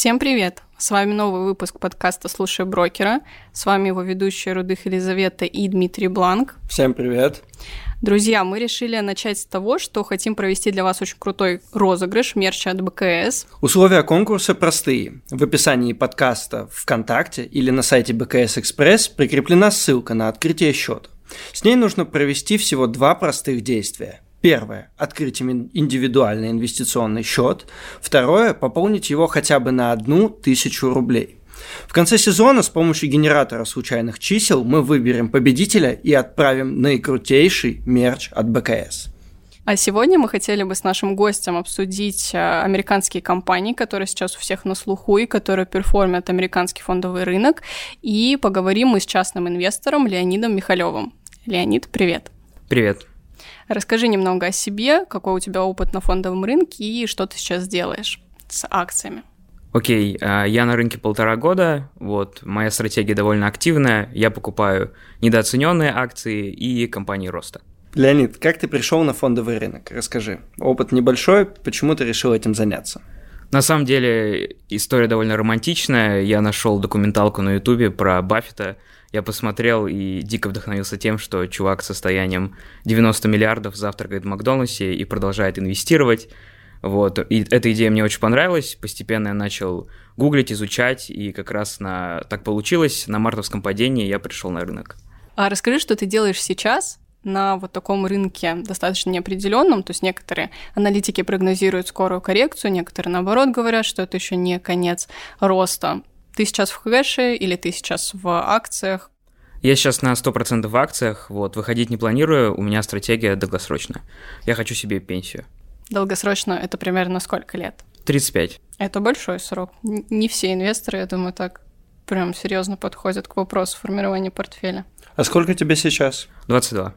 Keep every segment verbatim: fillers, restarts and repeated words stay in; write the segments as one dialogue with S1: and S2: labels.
S1: Всем привет! С вами новый выпуск подкаста «Слушай брокера». С вами его ведущие Рудых Елизавета и Дмитрий Бланк.
S2: Всем привет!
S1: Друзья, мы решили начать с того, что хотим провести для вас очень крутой розыгрыш мерча от БКС.
S2: Условия конкурса простые. В описании подкаста ВКонтакте или на сайте бэ ка эс Экспресс прикреплена ссылка на открытие счета. С ней нужно провести всего два простых действия. Первое – открыть индивидуальный инвестиционный счет. Второе – пополнить его хотя бы на одну тысячу рублей. В конце сезона с помощью генератора случайных чисел мы выберем победителя и отправим наикрутейший мерч от бэ ка эс.
S1: А сегодня мы хотели бы с нашим гостем обсудить американские компании, которые сейчас у всех на слуху и которые перформят американский фондовый рынок. И поговорим мы с частным инвестором Леонидом Михалевым. Леонид, привет.
S3: Привет.
S1: Расскажи немного о себе, какой у тебя опыт на фондовом рынке и что ты сейчас делаешь с акциями.
S3: Окей, okay, я на рынке полтора года, вот, моя стратегия довольно активная, я покупаю недооцененные акции и компании роста.
S2: Леонид, как ты пришел на фондовый рынок? Расскажи. Опыт небольшой, почему ты решил этим заняться?
S3: На самом деле история довольно романтичная, я нашел документалку на ютубе про Баффета, я посмотрел и дико вдохновился тем, что чувак с состоянием девяносто миллиардов завтракает в Макдональдсе и продолжает инвестировать. Вот. И эта идея мне очень понравилась. Постепенно я начал гуглить, изучать, и как раз на... так получилось. На мартовском падении я пришел на рынок.
S1: А расскажи, что ты делаешь сейчас на вот таком рынке достаточно неопределенном. То есть некоторые аналитики прогнозируют скорую коррекцию, некоторые, наоборот, говорят, что это еще не конец роста. Ты сейчас в хэше или ты сейчас в акциях?
S3: Я сейчас на сто процентов в акциях, вот, выходить не планирую, у меня стратегия долгосрочная. Я хочу себе пенсию.
S1: Долгосрочно это примерно сколько лет?
S3: тридцать пять.
S1: Это большой срок. Не все инвесторы, я думаю, так прям серьезно подходят к вопросу формирования портфеля.
S2: А сколько тебе сейчас?
S3: двадцать два.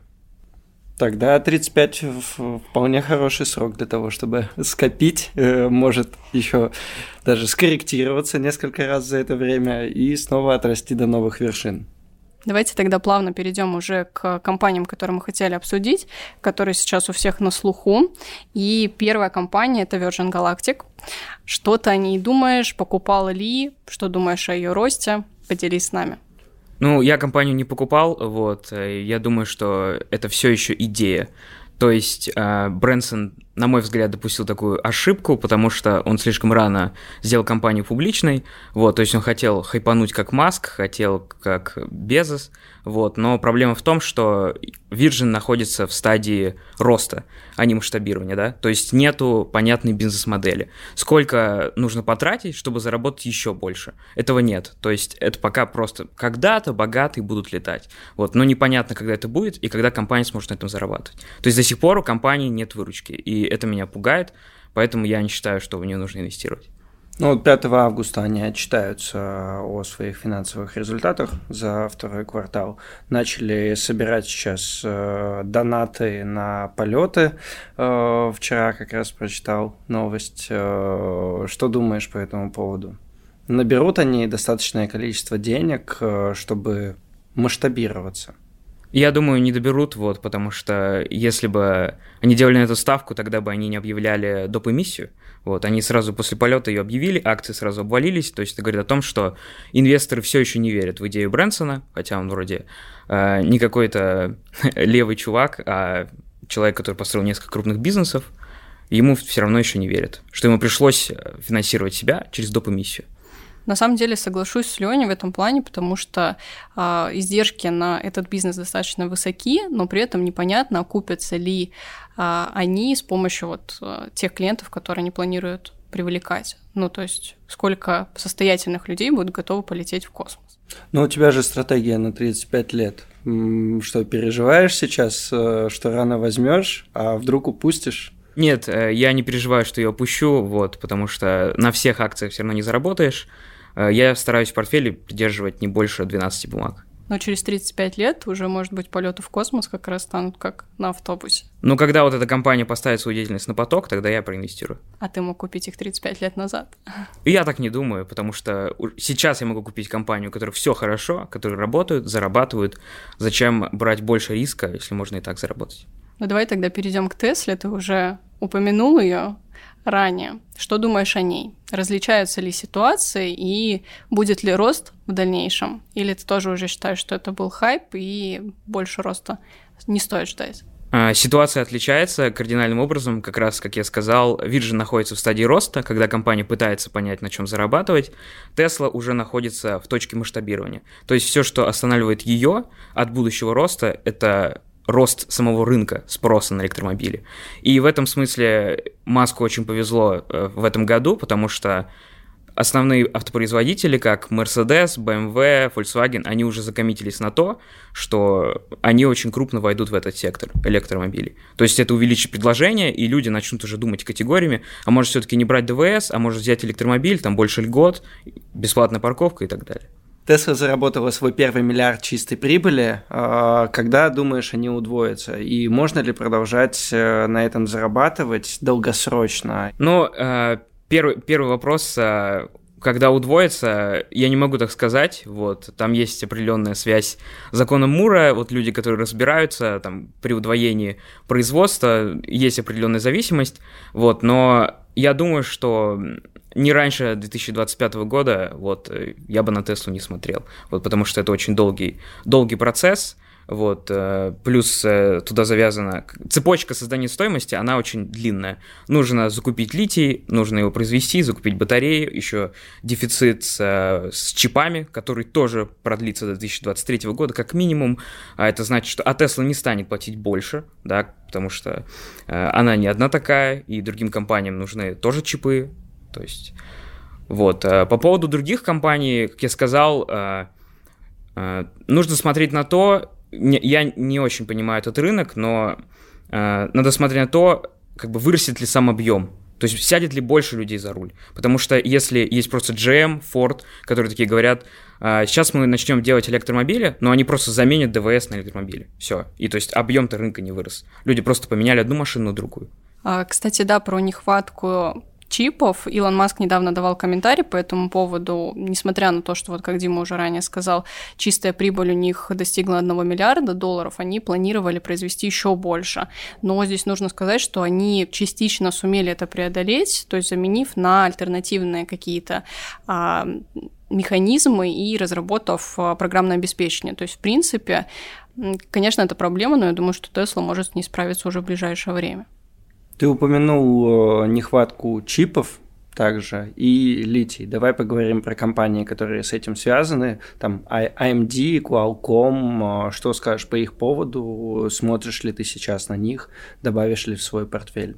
S2: Тогда тридцать пять вполне хороший срок для того, чтобы скопить, может еще даже скорректироваться несколько раз за это время и снова отрасти до новых вершин.
S1: Давайте тогда плавно перейдем уже к компаниям, которые мы хотели обсудить, которые сейчас у всех на слуху. И первая компания – это Virgin Galactic. Что ты о ней думаешь? Покупал ли? Что думаешь о ее росте? Поделись с нами.
S3: Ну, я компанию не покупал, вот, я думаю, что это все еще идея. То есть Брэнсон, на мой взгляд, допустил такую ошибку, потому что он слишком рано сделал компанию публичной, вот, то есть он хотел хайпануть как Маск, хотел как Безос, вот, но проблема в том, что Virgin находится в стадии роста, а не масштабирования, да, то есть нету понятной бизнес-модели. Сколько нужно потратить, чтобы заработать еще больше? Этого нет, то есть это пока просто когда-то богатые будут летать, вот, но непонятно, когда это будет и когда компания сможет на этом зарабатывать. То есть до сих пор у компании нет выручки, и это меня пугает, поэтому я не считаю, что в нее нужно инвестировать.
S2: Ну вот пятого августа они отчитаются о своих финансовых результатах за второй квартал. Начали собирать сейчас э, донаты на полеты. Э, вчера как раз прочитал новость. Э, что думаешь по этому поводу? Наберут они достаточное количество денег, э, чтобы масштабироваться?
S3: Я думаю, не доберут, вот, потому что если бы они делали на эту ставку, тогда бы они не объявляли доп. Эмиссию. Вот, они сразу после полета ее объявили, акции сразу обвалились, то есть это говорит о том, что инвесторы все еще не верят в идею Брэнсона, хотя он вроде э, не какой-то левый чувак, а человек, который построил несколько крупных бизнесов, ему все равно еще не верят, что ему пришлось финансировать себя через доп. Эмиссию.
S1: На самом деле соглашусь с Леней в этом плане, потому что э, издержки на этот бизнес достаточно высоки, но при этом непонятно, окупятся ли э, они с помощью вот, э, тех клиентов, которые они планируют привлекать. Ну, то есть сколько состоятельных людей будут готовы полететь в космос.
S2: Ну, у тебя же стратегия на тридцать пять лет. Что, переживаешь сейчас, что рано возьмешь, а вдруг упустишь?
S3: Нет, я не переживаю, что я опущу, вот, потому что на всех акциях все равно не заработаешь. Я стараюсь в портфеле придерживать не больше двенадцати бумаг.
S1: Но через тридцать пять лет уже, может быть, полеты в космос как раз станут как на автобусе.
S3: Ну, когда вот эта компания поставит свою деятельность на поток, тогда я проинвестирую.
S1: А ты мог купить их тридцать пять лет назад?
S3: Я так не думаю, потому что сейчас я могу купить компанию, у которой все хорошо, которые работают, зарабатывают. Зачем брать больше риска, если можно и так заработать?
S1: Ну, давай тогда перейдем к Тесле. Ты уже упомянул ее. ранее. Что думаешь о ней? Различаются ли ситуации и будет ли рост в дальнейшем? Или ты тоже уже считаешь, что это был хайп и больше роста не стоит ждать?
S3: Ситуация отличается кардинальным образом, как раз, как я сказал, Virgin находится в стадии роста, когда компания пытается понять, на чем зарабатывать, Tesla уже находится в точке масштабирования. То есть все, что останавливает ее от будущего роста, это рост самого рынка спроса на электромобили. И в этом смысле Маску очень повезло в этом году, потому что основные автопроизводители, как Mercedes, бэ эм вэ, Volkswagen, они уже закоммитились на то, что они очень крупно войдут в этот сектор электромобилей. То есть это увеличит предложение, и люди начнут уже думать категориями, а может все-таки не брать дэ вэ эс, а может взять электромобиль, там больше льгот, бесплатная парковка и так далее.
S2: Tesla заработала свой первый миллиард чистой прибыли. Когда, думаешь, они удвоятся? И можно ли продолжать на этом зарабатывать долгосрочно?
S3: Ну, Первый, первый вопрос, когда удвоится, я не могу так сказать, вот, там есть определенная связь с законом Мура, вот люди, которые разбираются, там, при удвоении производства есть определенная зависимость, вот, но я думаю, что не раньше две тысячи двадцать пятого года, вот, я бы на Теслу не смотрел, вот, потому что это очень долгий, долгий процесс. Вот, плюс туда завязана цепочка создания стоимости, она очень длинная. Нужно закупить литий, нужно его произвести, закупить батарею, еще дефицит с, с чипами, который тоже продлится до две тысячи двадцать третьего года как минимум. А это значит, что а Tesla не станет платить больше, да, потому что она не одна такая, и другим компаниям нужны тоже чипы. То есть, вот. По поводу других компаний, как я сказал, нужно смотреть на то. Я не очень понимаю этот рынок, но э, надо смотреть на то, как бы вырастет ли сам объем. То есть сядет ли больше людей за руль. Потому что если есть просто джи эм, Ford, которые такие говорят, э, сейчас мы начнем делать электромобили, но они просто заменят дэ вэ эс на электромобили. Все. И то есть объем-то рынка не вырос. Люди просто поменяли одну машину на другую.
S1: А, кстати, да, про нехватку чипов. Илон Маск недавно давал комментарий по этому поводу, несмотря на то, что, вот как Дима уже ранее сказал, чистая прибыль у них достигла одного миллиарда долларов, они планировали произвести еще больше. Но здесь нужно сказать, что они частично сумели это преодолеть, то есть заменив на альтернативные какие-то а, механизмы и разработав программное обеспечение. То есть, в принципе, конечно, это проблема, но я думаю, что Tesla может с ней справиться уже в ближайшее время.
S2: Ты упомянул нехватку чипов также и литий. Давай поговорим про компании, которые с этим связаны. Там эй эм ди, Qualcomm. Что скажешь по их поводу? Смотришь ли ты сейчас на них? Добавишь ли в свой портфель?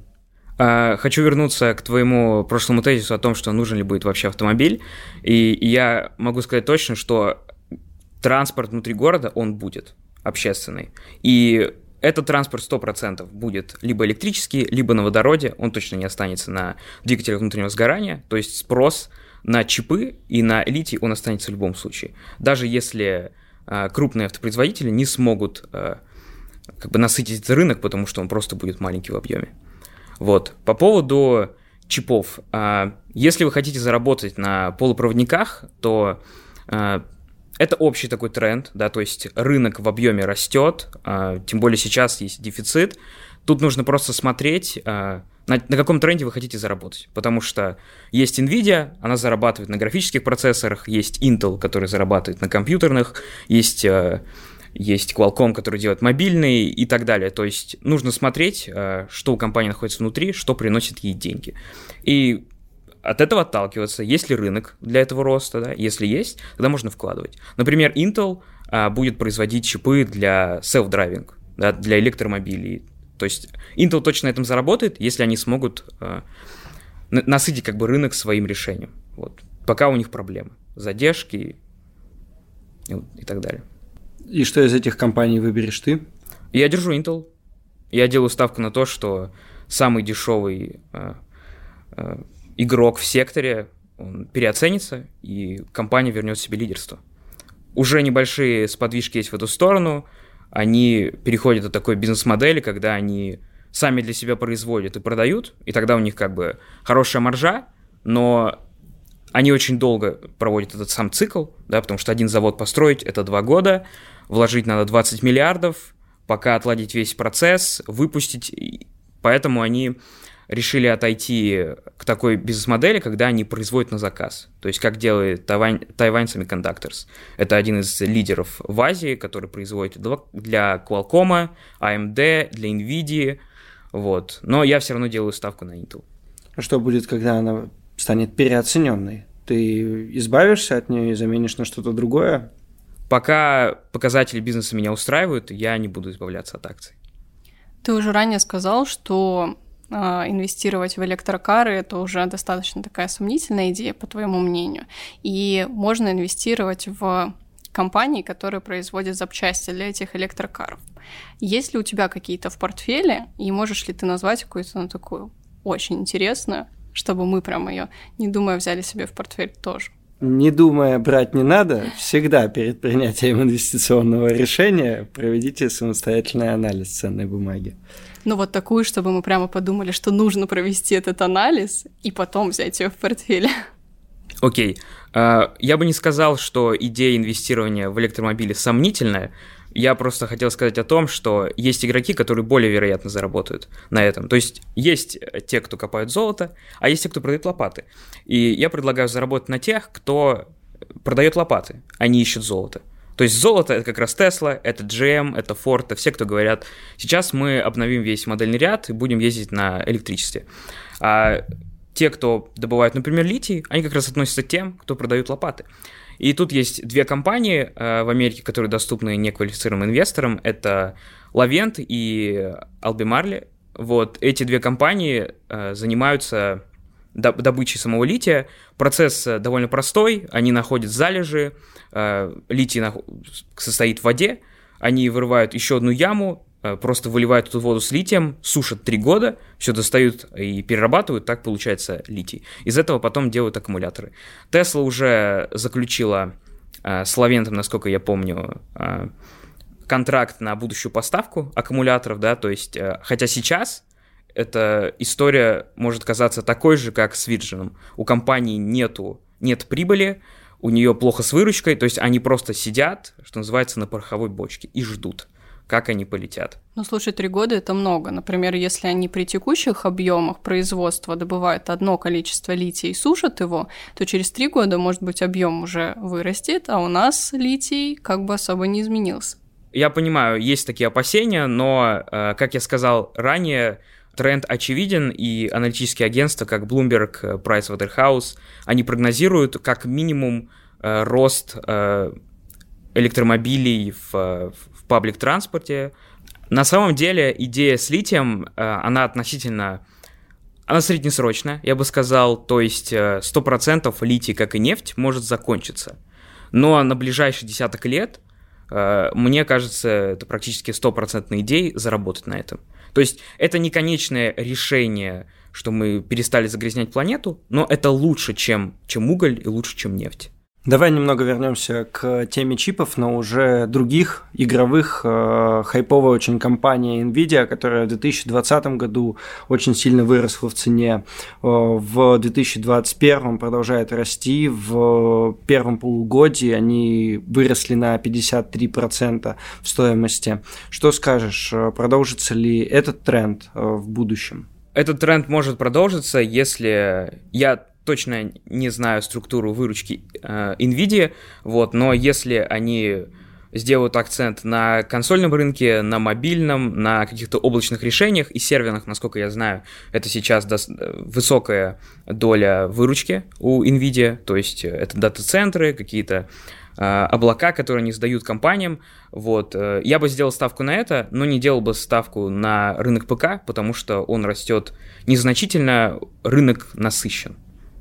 S3: Хочу вернуться к твоему прошлому тезису о том, что нужен ли будет вообще автомобиль. И я могу сказать точно, что транспорт внутри города, он будет общественный. И этот транспорт сто процентов будет либо электрический, либо на водороде, он точно не останется на двигателях внутреннего сгорания, то есть спрос на чипы и на литий, он останется в любом случае. Даже если э, крупные автопроизводители не смогут э, как бы насытить этот рынок, потому что он просто будет маленький в объеме. Вот. По поводу чипов. Э, если вы хотите заработать на полупроводниках, то э, это общий такой тренд, да, то есть рынок в объеме растет, а, тем более сейчас есть дефицит. Тут нужно просто смотреть, а, на, на каком тренде вы хотите заработать, потому что есть Nvidia, она зарабатывает на графических процессорах, есть Intel, который зарабатывает на компьютерных, есть, а, есть Qualcomm, который делает мобильные и так далее. То есть нужно смотреть, а, что у компании находится внутри, что приносит ей деньги. И от этого отталкиваться, есть ли рынок для этого роста, да? Если есть, тогда можно вкладывать. Например, Intel а, будет производить чипы для self-driving, да, для электромобилей. То есть Intel точно на этом заработает, если они смогут а, насытить как бы рынок своим решением. Вот. Пока у них проблемы, задержки и, и так далее.
S2: И что из этих компаний выберешь ты?
S3: Я держу Intel. Я делаю ставку на то, что самый дешевый а, а, игрок в секторе, он переоценится, и компания вернет себе лидерство. Уже небольшие сподвижки есть в эту сторону, они переходят от такой бизнес-модели, когда они сами для себя производят и продают, и тогда у них как бы хорошая маржа, но они очень долго проводят этот сам цикл, да, потому что один завод построить – это два года, вложить надо двадцать миллиардов, пока отладить весь процесс, выпустить, поэтому они решили отойти к такой бизнес-модели, когда они производят на заказ. То есть как делает Taiwan, Taiwan Semiconductors. Это один из лидеров в Азии, который производит для Qualcomm, эй эм ди, для NVIDIA. Вот. Но я все равно делаю ставку на Intel.
S2: А что будет, когда она станет переоцененной? Ты избавишься от нее и заменишь на что-то другое?
S3: Пока показатели бизнеса меня устраивают, я не буду избавляться от акций.
S1: Ты уже ранее сказал, что э, инвестировать в электрокары – это уже достаточно такая сомнительная идея, по твоему мнению. И можно инвестировать в компании, которые производят запчасти для этих электрокаров. Есть ли у тебя какие-то в портфеле, и можешь ли ты назвать какую-то, ну, такую очень интересную, чтобы мы прям ее, не думая, взяли себе в портфель тоже?
S2: Не думая, брать не надо. Всегда перед принятием инвестиционного решения проведите самостоятельный анализ ценной бумаги.
S1: Ну вот такую, чтобы мы прямо подумали, что нужно провести этот анализ и потом взять ее в портфель.
S3: Окей. Okay. Я бы не сказал, что идея инвестирования в электромобили сомнительная. Я просто хотел сказать о том, что есть игроки, которые более вероятно заработают на этом. То есть есть те, кто копают золото, а есть те, кто продает лопаты. И я предлагаю заработать на тех, кто продает лопаты, а не ищет золото. То есть золото – это как раз Tesla, это джи эм, это Ford, это все, кто говорят, сейчас мы обновим весь модельный ряд и будем ездить на электричестве. А те, кто добывают, например, литий, они как раз относятся к тем, кто продают лопаты. И тут есть две компании э, в Америке, которые доступны неквалифицированным инвесторам. Это Lavent и Albemarle. Вот эти две компании э, занимаются доб- добычей самого лития. Процесс довольно простой. Они находят залежи. Э, литий нах- состоит в воде. Они вырывают еще одну яму, э, просто выливают эту воду с литием, сушат три года, все достают и перерабатывают, так получается литий. Из этого потом делают аккумуляторы. Tesla уже заключила э, с Lavent, насколько я помню, э, контракт на будущую поставку аккумуляторов, да, то есть, э, хотя сейчас эта история может казаться такой же, как с Virgin. У компании нету, нет прибыли, у нее плохо с выручкой, то есть они просто сидят, что называется, на пороховой бочке и ждут, как они полетят.
S1: Ну, слушай, три года – это много. Например, если они при текущих объемах производства добывают одно количество лития и сушат его, то через три года, может быть, объем уже вырастет, а у нас литий как бы особо не изменился.
S3: Я понимаю, есть такие опасения, но, как я сказал ранее, тренд очевиден, и аналитические агентства, как Bloomberg, Pricewaterhouse, они прогнозируют как минимум э, рост э, электромобилей в, в паблик-транспорте. На самом деле идея с литием, э, она относительно, она среднесрочная, я бы сказал, то есть э, сто процентов литий, как и нефть, может закончиться. Но на ближайшие десяток лет, э, мне кажется, это практически стопроцентная идея заработать на этом. То есть это не конечное решение, что мы перестали загрязнять планету, но это лучше, чем, чем уголь, и лучше, чем нефть.
S2: Давай немного вернемся к теме чипов, но уже других игровых, э, хайповая очень компания NVIDIA, которая в две тысячи двадцатом году очень сильно выросла в цене, э, в две тысячи двадцать первом продолжает расти, в первом полугодии они выросли на пятьдесят три процента в стоимости. Что скажешь, продолжится ли этот тренд э, в будущем?
S3: Этот тренд может продолжиться, если я точно не знаю структуру выручки э, NVIDIA, вот, но если они сделают акцент на консольном рынке, на мобильном, на каких-то облачных решениях и серверных, насколько я знаю, это сейчас до... высокая доля выручки у NVIDIA, то есть это дата-центры, какие-то э, облака, которые они сдают компаниям, вот, э, я бы сделал ставку на это, но не делал бы ставку на рынок ПК, потому что он растет незначительно, рынок насыщен.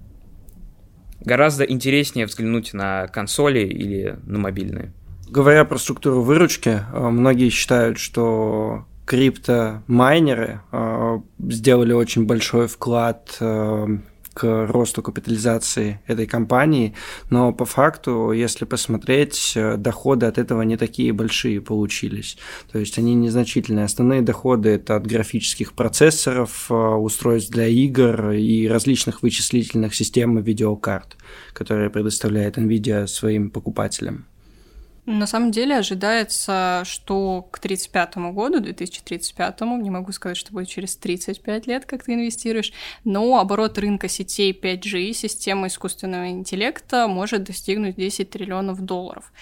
S3: Гораздо интереснее взглянуть на консоли или на мобильные.
S2: Говоря про структуру выручки, многие считают, что криптомайнеры сделали очень большой вклад к росту капитализации этой компании, но по факту, если посмотреть, доходы от этого не такие большие получились. То есть они незначительные. Основные доходы – это от графических процессоров, устройств для игр и различных вычислительных систем и видеокарт, которые предоставляет NVIDIA своим покупателям.
S1: На самом деле ожидается, что к тридцать пятому году, две тысячи тридцать пятому, не могу сказать, что будет через тридцать пять лет, как ты инвестируешь, но оборот рынка сетей пять джи, системы искусственного интеллекта, может достигнуть десять триллионов долларов.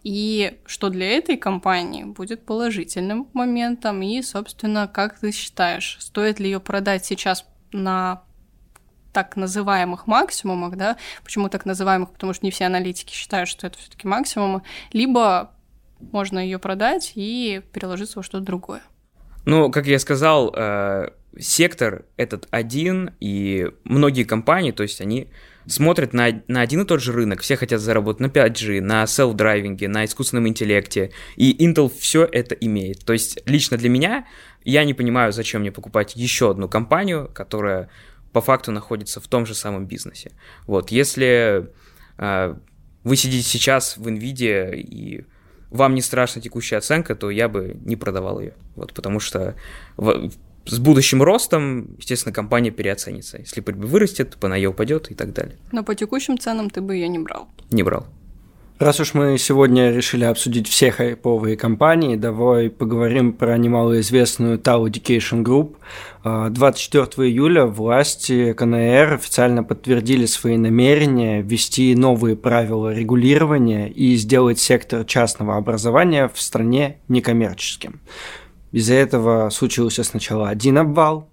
S1: И что для этой компании будет положительным моментом, и, собственно, как ты считаешь, стоит ли ее продать сейчас на так называемых максимумах, да, почему так называемых, потому что не все аналитики считают, что это все-таки максимумы, либо можно ее продать и переложиться во что-то другое.
S3: Ну, как я сказал, э, сектор этот один, и многие компании, то есть они смотрят на, на один и тот же рынок, все хотят заработать на пять джи, на селф-драйвинге, на искусственном интеллекте, и Intel все это имеет. То есть лично для меня, я не понимаю, зачем мне покупать еще одну компанию, которая по факту находится в том же самом бизнесе. Вот, если э, вы сидите сейчас в NVIDIA и вам не страшна текущая оценка, то я бы не продавал ее. Вот, потому что в, с будущим ростом, естественно, компания переоценится. Если прибыль вырастет, по ноге упадет и так далее.
S1: Но по текущим ценам ты бы ее не брал?
S3: Не брал.
S2: Раз уж мы сегодня решили обсудить все хайповые компании, давай поговорим про немалоизвестную Tal Education Group. двадцать четвёртого июля власти ка эн эр официально подтвердили свои намерения ввести новые правила регулирования и сделать сектор частного образования в стране некоммерческим. Из-за этого случился сначала один обвал.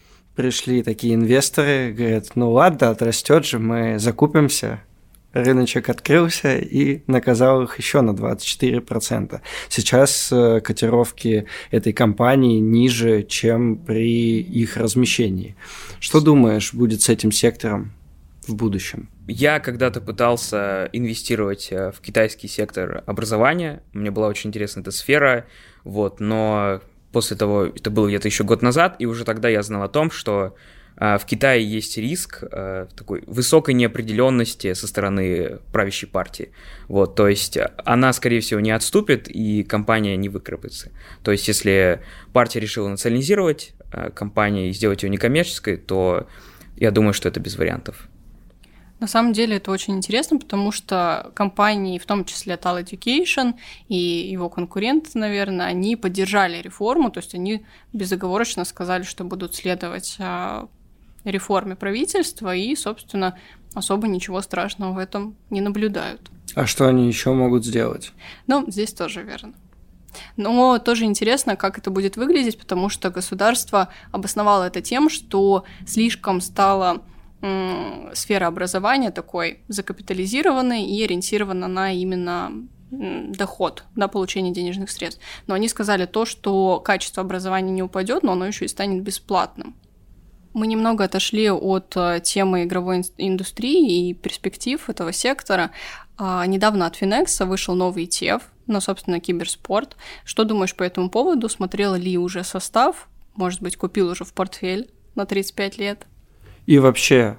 S2: Пришли такие инвесторы, говорят, ну ладно, отрастет же, мы закупимся. Рыночек открылся и наказал их еще на двадцать четыре процента. Сейчас котировки этой компании ниже, чем при их размещении. Что думаешь, будет с этим сектором в будущем?
S3: Я когда-то пытался инвестировать в китайский сектор образования. Мне была очень интересна эта сфера, вот, но после того, это было где-то еще год назад, и уже тогда я знал о том, что в Китае есть риск э, такой высокой неопределенности со стороны правящей партии. Вот, то есть она, скорее всего, не отступит, и компания не выкарабкается. То есть если партия решила национализировать э, компанию и сделать ее некоммерческой, то я думаю, что это без вариантов.
S1: На самом деле это очень интересно, потому что компании, в том числе Tal Education и его конкуренты, наверное, они поддержали реформу, то есть они безоговорочно сказали, что будут следовать э, реформе правительства и, собственно, особо ничего страшного в этом не наблюдают.
S2: А что они еще могут сделать?
S1: Ну, здесь тоже верно. Но тоже интересно, как это будет выглядеть, потому что государство обосновало это тем, что слишком стала м- сфера образования такой закапитализированной и ориентирована на именно м- доход, на получение денежных средств. Но они сказали то, что качество образования не упадет, но оно еще и станет бесплатным. Мы немного отошли от темы игровой индустрии и перспектив этого сектора. Недавно от Finex вышел новый и ти эф на, собственно, киберспорт. Что думаешь по этому поводу? Смотрел ли уже состав? Может быть, купил уже в портфель на тридцать пять лет?
S2: И вообще,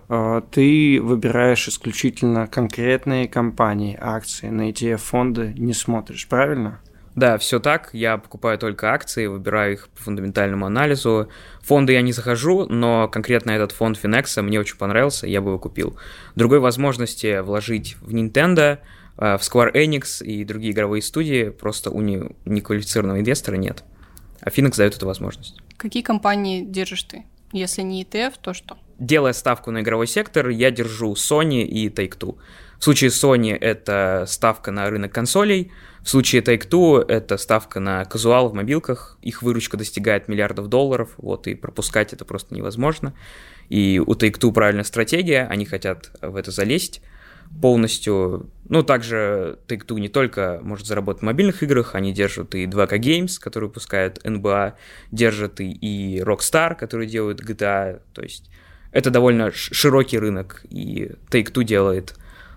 S2: ты выбираешь исключительно конкретные компании, акции, на и ти эф-фонды не смотришь, правильно?
S3: Да, все так. Я покупаю только акции, выбираю их по фундаментальному анализу. Фонды я не захожу, но конкретно этот фонд Finex мне очень понравился, я бы его купил. Другой возможности вложить в Nintendo, в Square Enix и другие игровые студии просто у неквалифицированного инвестора нет. А Finex дает эту возможность.
S1: Какие компании держишь ты? Если не и ти эф, то что?
S3: Делая ставку на игровой сектор, я держу Sony и Take-Two. В случае Sony это ставка на рынок консолей, в случае Take-Two это ставка на казуал в мобилках, их выручка достигает миллиардов долларов, вот, и пропускать это просто невозможно. И у Take-Two правильная стратегия, они хотят в это залезть полностью. Ну, также Take-Two не только может заработать в мобильных играх, они держат и два ка Games, который выпускает эн би эй, держат и, и Rockstar, который делает джи ти эй, то есть это довольно широкий рынок, и Take-Two делает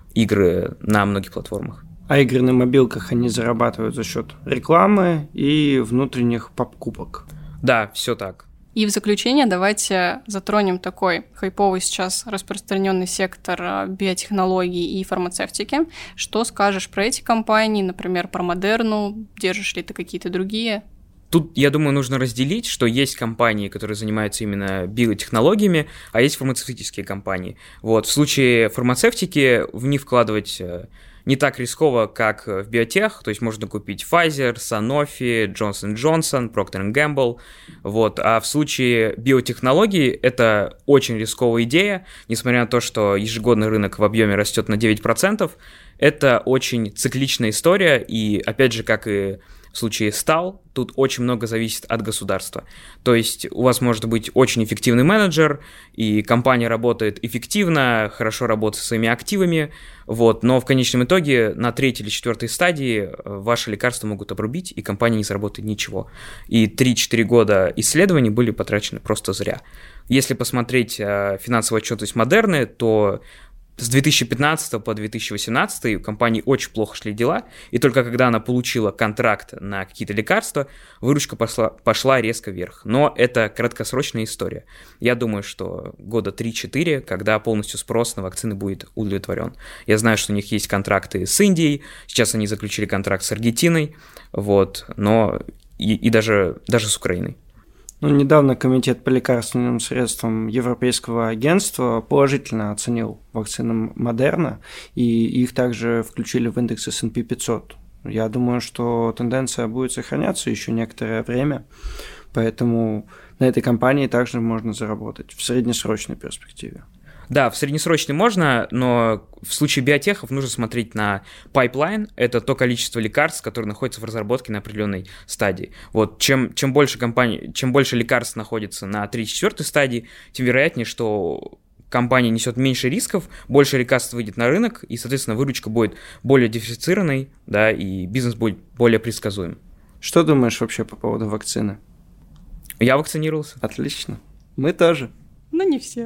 S3: игры на многих платформах.
S2: А игры на мобилках они зарабатывают за счет рекламы и внутренних покупок.
S3: Да, все так.
S1: И в заключение давайте затронем такой хайповый сейчас распространенный сектор биотехнологий и фармацевтики. Что скажешь про эти компании, например, про Модерну? Держишь ли ты какие-то другие?
S3: Тут, я думаю, нужно разделить, что есть компании, которые занимаются именно биотехнологиями, а есть фармацевтические компании. Вот, в случае фармацевтики в них вкладывать не так рисково, как в биотех, то есть можно купить Pfizer, Sanofi, Johnson энд Johnson, Procter энд Gamble, вот, а в случае биотехнологий это очень рисковая идея, несмотря на то, что ежегодный рынок в объеме растет на девять процентов, это очень цикличная история, и опять же, как и в случае стал, тут очень много зависит от государства. То есть у вас может быть очень эффективный менеджер, и компания работает эффективно, хорошо работает со своими активами, вот, но в конечном итоге на третьей или четвертой стадии ваши лекарства могут обрубить, и компания не заработает ничего. И три-четыре года исследований были потрачены просто зря. Если посмотреть финансовую отчетность Модерны, то с две тысячи пятнадцатого по две тысячи восемнадцатый у компании очень плохо шли дела, и только когда она получила контракт на какие-то лекарства, выручка пошла, пошла резко вверх. Но это краткосрочная история. Я думаю, что года три-четыре, когда полностью спрос на вакцины будет удовлетворен. Я знаю, что у них есть контракты с Индией, сейчас они заключили контракт с Аргентиной, вот, но и, и даже, даже с Украиной.
S2: Ну, недавно Комитет по лекарственным средствам Европейского агентства положительно оценил вакцины Модерна, и их также включили в индекс эс энд пи пятьсот. Я думаю, что тенденция будет сохраняться еще некоторое время, поэтому на этой компании также можно заработать в среднесрочной перспективе.
S3: Да, в среднесрочной можно, но в случае биотехов нужно смотреть на пайплайн. Это то количество лекарств, которые находятся в разработке на определенной стадии. Вот чем, чем больше компаний, чем больше лекарств находится на третьей-четвертой стадии, тем вероятнее, что компания несет меньше рисков, больше лекарств выйдет на рынок, и, соответственно, выручка будет более диверсифицированной, да, и бизнес будет более предсказуем.
S2: Что думаешь вообще по поводу вакцины?
S3: Я вакцинировался.
S2: Отлично. Мы тоже.
S1: Ну, не все.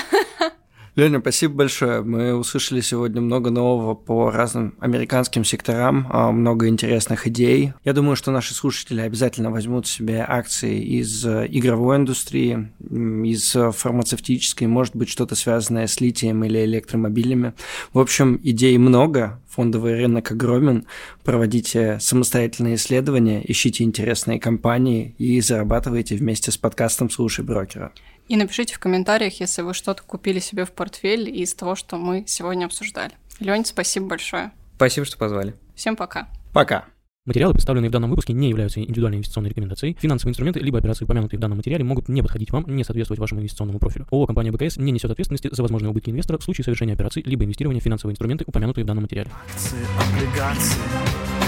S2: Леня, спасибо большое. Мы услышали сегодня много нового по разным американским секторам, много интересных идей. Я думаю, что наши слушатели обязательно возьмут себе акции из игровой индустрии, из фармацевтической, может быть, что-то связанное с литием или электромобилями. В общем, идей много, фондовый рынок огромен. Проводите самостоятельные исследования, ищите интересные компании и зарабатывайте вместе с подкастом «Слушай брокера».
S1: И напишите в комментариях, если вы что-то купили себе в портфель из того, что мы сегодня обсуждали. Лёнь, спасибо большое.
S3: Спасибо, что позвали.
S1: Всем пока.
S2: Пока.
S4: Материалы, представленные в данном выпуске, не являются индивидуальной инвестиционной рекомендацией. Финансовые инструменты либо операции, упомянутые в данном материале, могут не подходить вам, не соответствовать вашему инвестиционному профилю. ООО «Компания БКС» не несет ответственности за возможные убытки инвестора в случае совершения операций либо инвестирования в финансовые инструменты, упомянутые в данном материале.
S5: Акции, облигации.